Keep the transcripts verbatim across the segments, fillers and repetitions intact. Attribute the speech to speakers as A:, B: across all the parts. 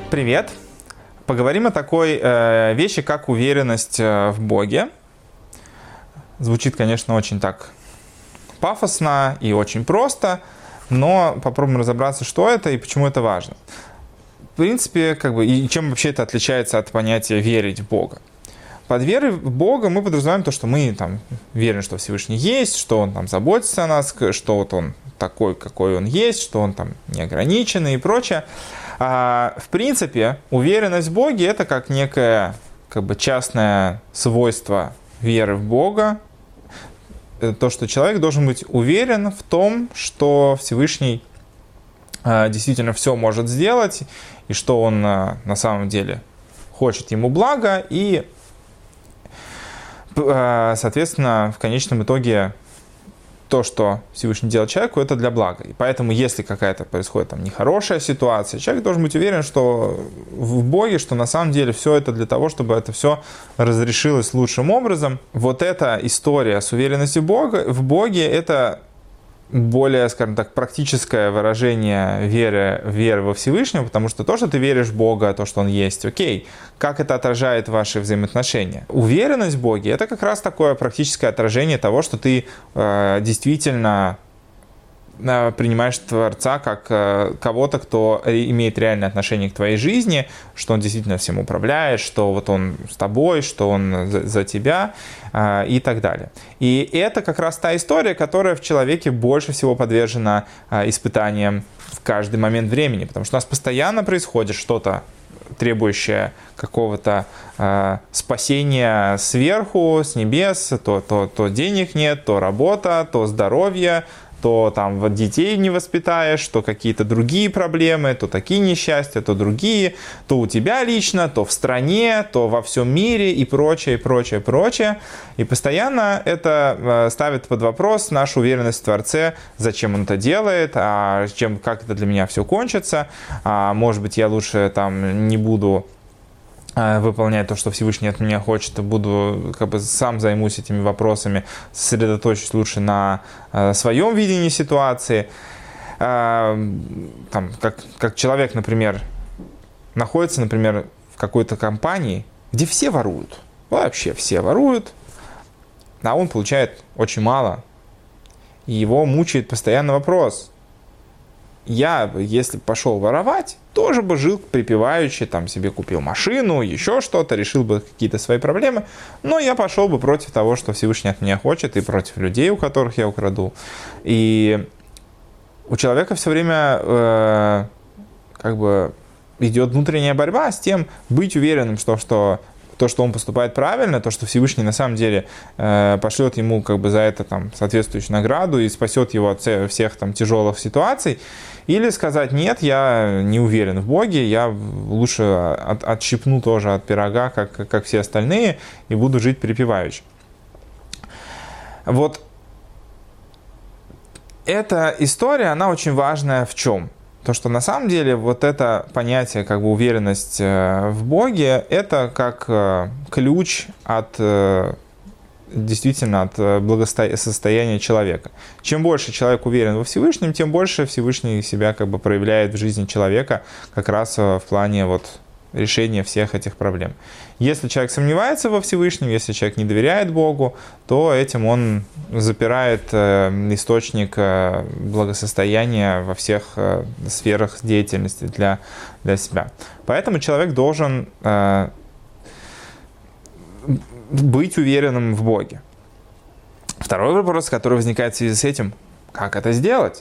A: Привет! Поговорим о такой э, вещи, как уверенность э, в Боге. Звучит, конечно, очень так пафосно и очень просто, но попробуем разобраться, что это и почему это важно. В принципе, как бы, и чем вообще это отличается от понятия «верить в Бога». Под верой в Бога мы подразумеваем то, что мы там верим, что Всевышний есть, что Он там заботится о нас, что вот Он такой, какой Он есть, что Он там неограниченный и прочее. А, в принципе, уверенность в Боге – это как некое как бы, частное свойство веры в Бога. То, что человек должен быть уверен в том, что Всевышний а, действительно все может сделать, и что Он а, на самом деле хочет ему блага, и, а, соответственно, в конечном итоге то, что Всевышний делает человеку, это для блага. И поэтому, если какая-то происходит там нехорошая ситуация, человек должен быть уверен, что в Боге, что на самом деле все это для того, чтобы это все разрешилось лучшим образом. Вот эта история с уверенностью в Боге, в Боге это более, скажем так, практическое выражение веры, веры во Всевышнего, потому что то, что ты веришь в Бога, то, что Он есть, окей, как это отражает ваши взаимоотношения? Уверенность в Боге – это как раз такое практическое отражение того, что ты э, действительно э, принимаешь Творца как э, кого-то, кто имеет реальное отношение к твоей жизни, что Он действительно всем управляет, что вот Он с тобой, что Он за, за тебя э, и так далее. И это как раз та история, которая в человеке больше всего подвержена э, испытаниям в каждый момент времени, потому что у нас постоянно происходит что-то, требующее какого-то э, спасения сверху, с небес, то, то, то денег нет, то работа, то здоровье, то там вот детей не воспитаешь, то какие-то другие проблемы, то такие несчастья, то другие, то у тебя лично, то в стране, то во всем мире и прочее, и прочее, прочее. И постоянно это ставит под вопрос нашу уверенность в Творце, зачем Он это делает, а чем, как это для меня все кончится, а может быть я лучше там не буду выполнять то, что Всевышний от меня хочет, буду как бы сам займусь этими вопросами, сосредоточусь лучше на э, своем видении ситуации. Э, там, как, как человек, например, находится, например, в какой-то компании, где все воруют, вообще все воруют, а он получает очень мало, и его мучает постоянно вопрос: я, если пошел воровать, тоже бы жил припеваючи, там себе купил машину, еще что-то, решил бы какие-то свои проблемы, но я пошел бы против того, что Всевышний от меня хочет, и против людей, у которых я украду. И у человека все время э, как бы идет внутренняя борьба с тем, быть уверенным, что, что то, что он поступает правильно, то, что Всевышний на самом деле э, пошлет ему как бы за это там соответствующую награду и спасет его от всех там тяжелых ситуаций, или сказать: нет, я не уверен в Боге, я лучше от, отщипну тоже от пирога, как, как все остальные, и буду жить припеваючи. Вот эта история, она очень важная в чем? То, что на самом деле вот это понятие, как бы уверенность в Боге, это как ключ от, действительно, от благосостояния человека. Чем больше человек уверен во Всевышнем, тем больше Всевышний себя как бы проявляет в жизни человека как раз в плане вот решения всех этих проблем. Если человек сомневается во Всевышнем, если человек не доверяет Богу, то этим он запирает э, источник э, благосостояния во всех э, сферах деятельности для, для себя. Поэтому человек должен э, быть уверенным в Боге. Второй вопрос, который возникает в связи с этим: как это сделать?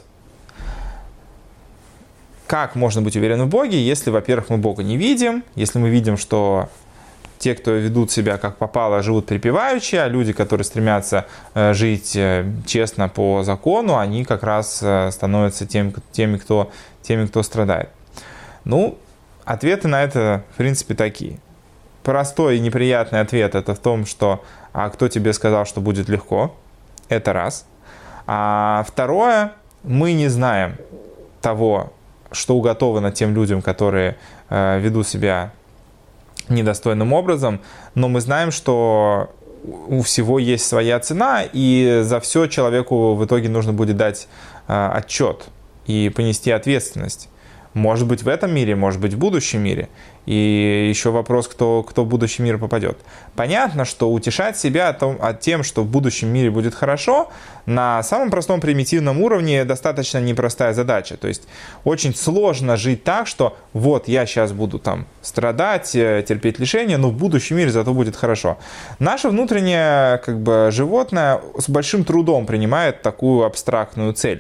A: Как можно быть уверенным в Боге, если, во-первых, мы Бога не видим, если мы видим, что те, кто ведут себя как попало, живут припеваючи, а люди, которые стремятся жить честно по закону, они как раз становятся теми, теми, кто, теми, кто страдает. Ну, ответы на это, в принципе, такие. Простой и неприятный ответ – это в том, что «а кто тебе сказал, что будет легко?» Это раз. А второе – мы не знаем того, что уготовано тем людям, которые э, ведут себя недостойным образом, но мы знаем, что у всего есть своя цена, и за все человеку в итоге нужно будет дать э, отчет и понести ответственность. Может быть, в этом мире, может быть, в будущем мире. И еще вопрос, кто, кто в будущий мир попадет. Понятно, что утешать себя о том, о тем, что в будущем мире будет хорошо, на самом простом примитивном уровне достаточно непростая задача. То есть очень сложно жить так, что вот я сейчас буду там страдать, терпеть лишения, но в будущем мире зато будет хорошо. Наше внутреннее как бы, животное с большим трудом принимает такую абстрактную цель.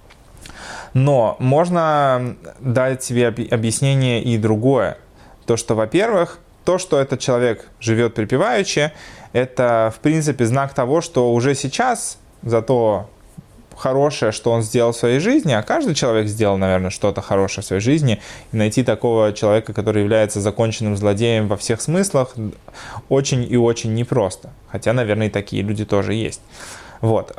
A: Но можно дать себе объяснение и другое. То, что, во-первых, то, что этот человек живет припеваючи, это, в принципе, знак того, что уже сейчас за то хорошее, что он сделал в своей жизни, а каждый человек сделал, наверное, что-то хорошее в своей жизни, и найти такого человека, который является законченным злодеем во всех смыслах, очень и очень непросто. Хотя, наверное, и такие люди тоже есть. Вот.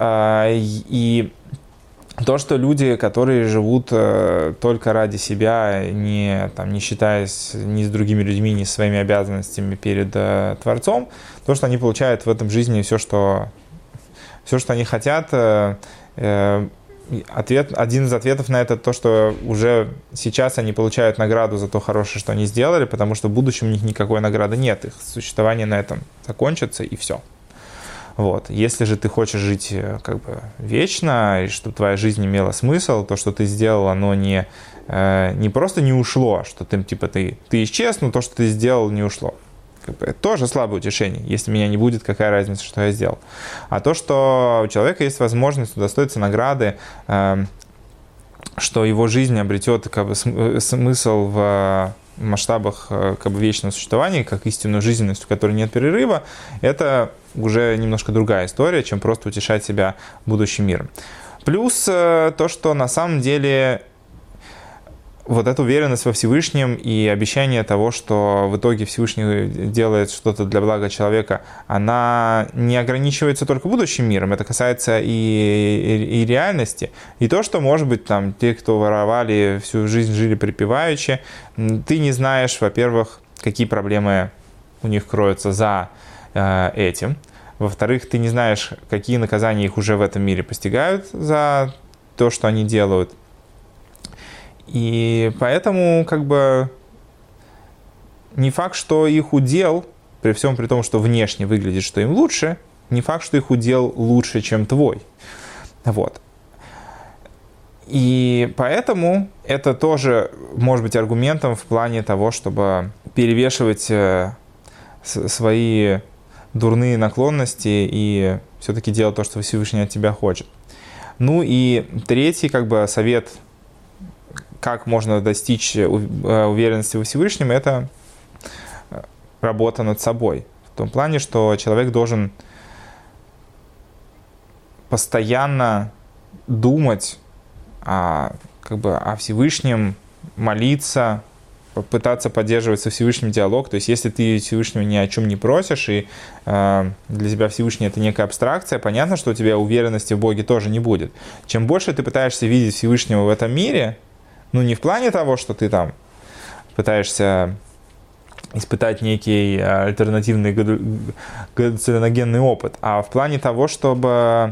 A: И то, что люди, которые живут э, только ради себя, не, там, не считаясь ни с другими людьми, ни с своими обязанностями перед э, Творцом, то, что они получают в этом жизни все, что, все, что они хотят, э, э, ответ, один из ответов на это то, что уже сейчас они получают награду за то хорошее, что они сделали, потому что в будущем у них никакой награды нет, их существование на этом закончится и все. Вот. Если же ты хочешь жить как бы вечно, и чтобы твоя жизнь имела смысл, то, что ты сделал, оно не, э, не просто не ушло, что ты, типа, ты, ты исчез, но то, что ты сделал, не ушло. Как бы, это тоже слабое утешение. Если меня не будет, какая разница, что я сделал. А то, что у человека есть возможность удостоиться награды, э, что его жизнь обретет как бы, смысл в масштабах как бы, вечного существования, как истинную жизненность, в которой нет перерыва, это уже немножко другая история, чем просто утешать себя будущим миром. Плюс то, что на самом деле вот эта уверенность во Всевышнем и обещание того, что в итоге Всевышний делает что-то для блага человека, она не ограничивается только будущим миром, это касается и, и, и реальности. И то, что, может быть, там, те, кто воровали, всю жизнь жили припеваючи, ты не знаешь, во-первых, какие проблемы у них кроются за э, этим. Во-вторых, ты не знаешь, какие наказания их уже в этом мире постигают за то, что они делают. И поэтому, как бы, не факт, что их удел, при всем при том, что внешне выглядит, что им лучше, не факт, что их удел лучше, чем твой. Вот. И поэтому это тоже может быть аргументом в плане того, чтобы перевешивать свои дурные наклонности и все-таки делать то, что Всевышний от тебя хочет. Ну и третий, как бы, совет, как можно достичь уверенности во Всевышнем, это работа над собой. В том плане, что человек должен постоянно думать о, как бы, о Всевышнем, молиться, пытаться поддерживать со Всевышним диалог. То есть, если ты Всевышнего ни о чем не просишь, и э, для тебя Всевышний это некая абстракция, понятно, что у тебя уверенности в Боге тоже не будет. Чем больше ты пытаешься видеть Всевышнего в этом мире, ну, не в плане того, что ты там пытаешься испытать некий альтернативный галлюциногенный опыт, а в плане того, чтобы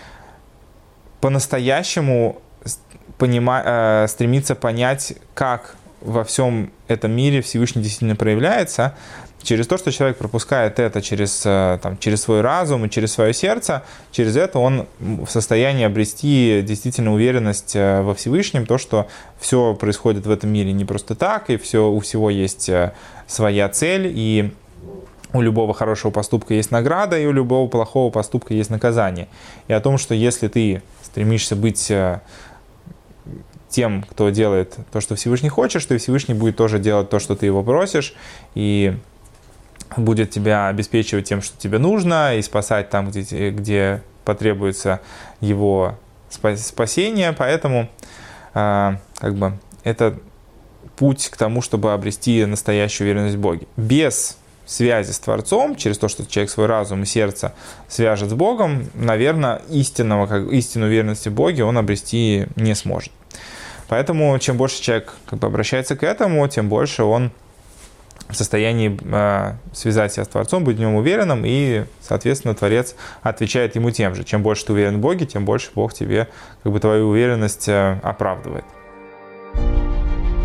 A: по-настоящему понима- стремиться понять, как во всем этом мире Всевышний действительно проявляется, через то, что человек пропускает это через, там, через свой разум и через свое сердце, через это он в состоянии обрести действительно уверенность во Всевышнем, то, что все происходит в этом мире не просто так, и все, у всего есть своя цель, и у любого хорошего поступка есть награда, и у любого плохого поступка есть наказание. И о том, что если ты стремишься быть тем, кто делает то, что Всевышний хочет, что и Всевышний будет тоже делать то, что ты его просишь, и будет тебя обеспечивать тем, что тебе нужно, и спасать там, где, где потребуется его спасение. Поэтому э, как бы, это путь к тому, чтобы обрести настоящую уверенность в Боге. Без связи с Творцом, через то, что человек свой разум и сердце свяжет с Богом, наверное, истинного, как, истинной уверенности в Боге он обрести не сможет. Поэтому, чем больше человек как бы, обращается к этому, тем больше он в состоянии э, связать себя с Творцом, быть в нем уверенным, и, соответственно, Творец отвечает ему тем же. Чем больше ты уверен в Боге, тем больше Бог тебе как бы, твою уверенность э, оправдывает.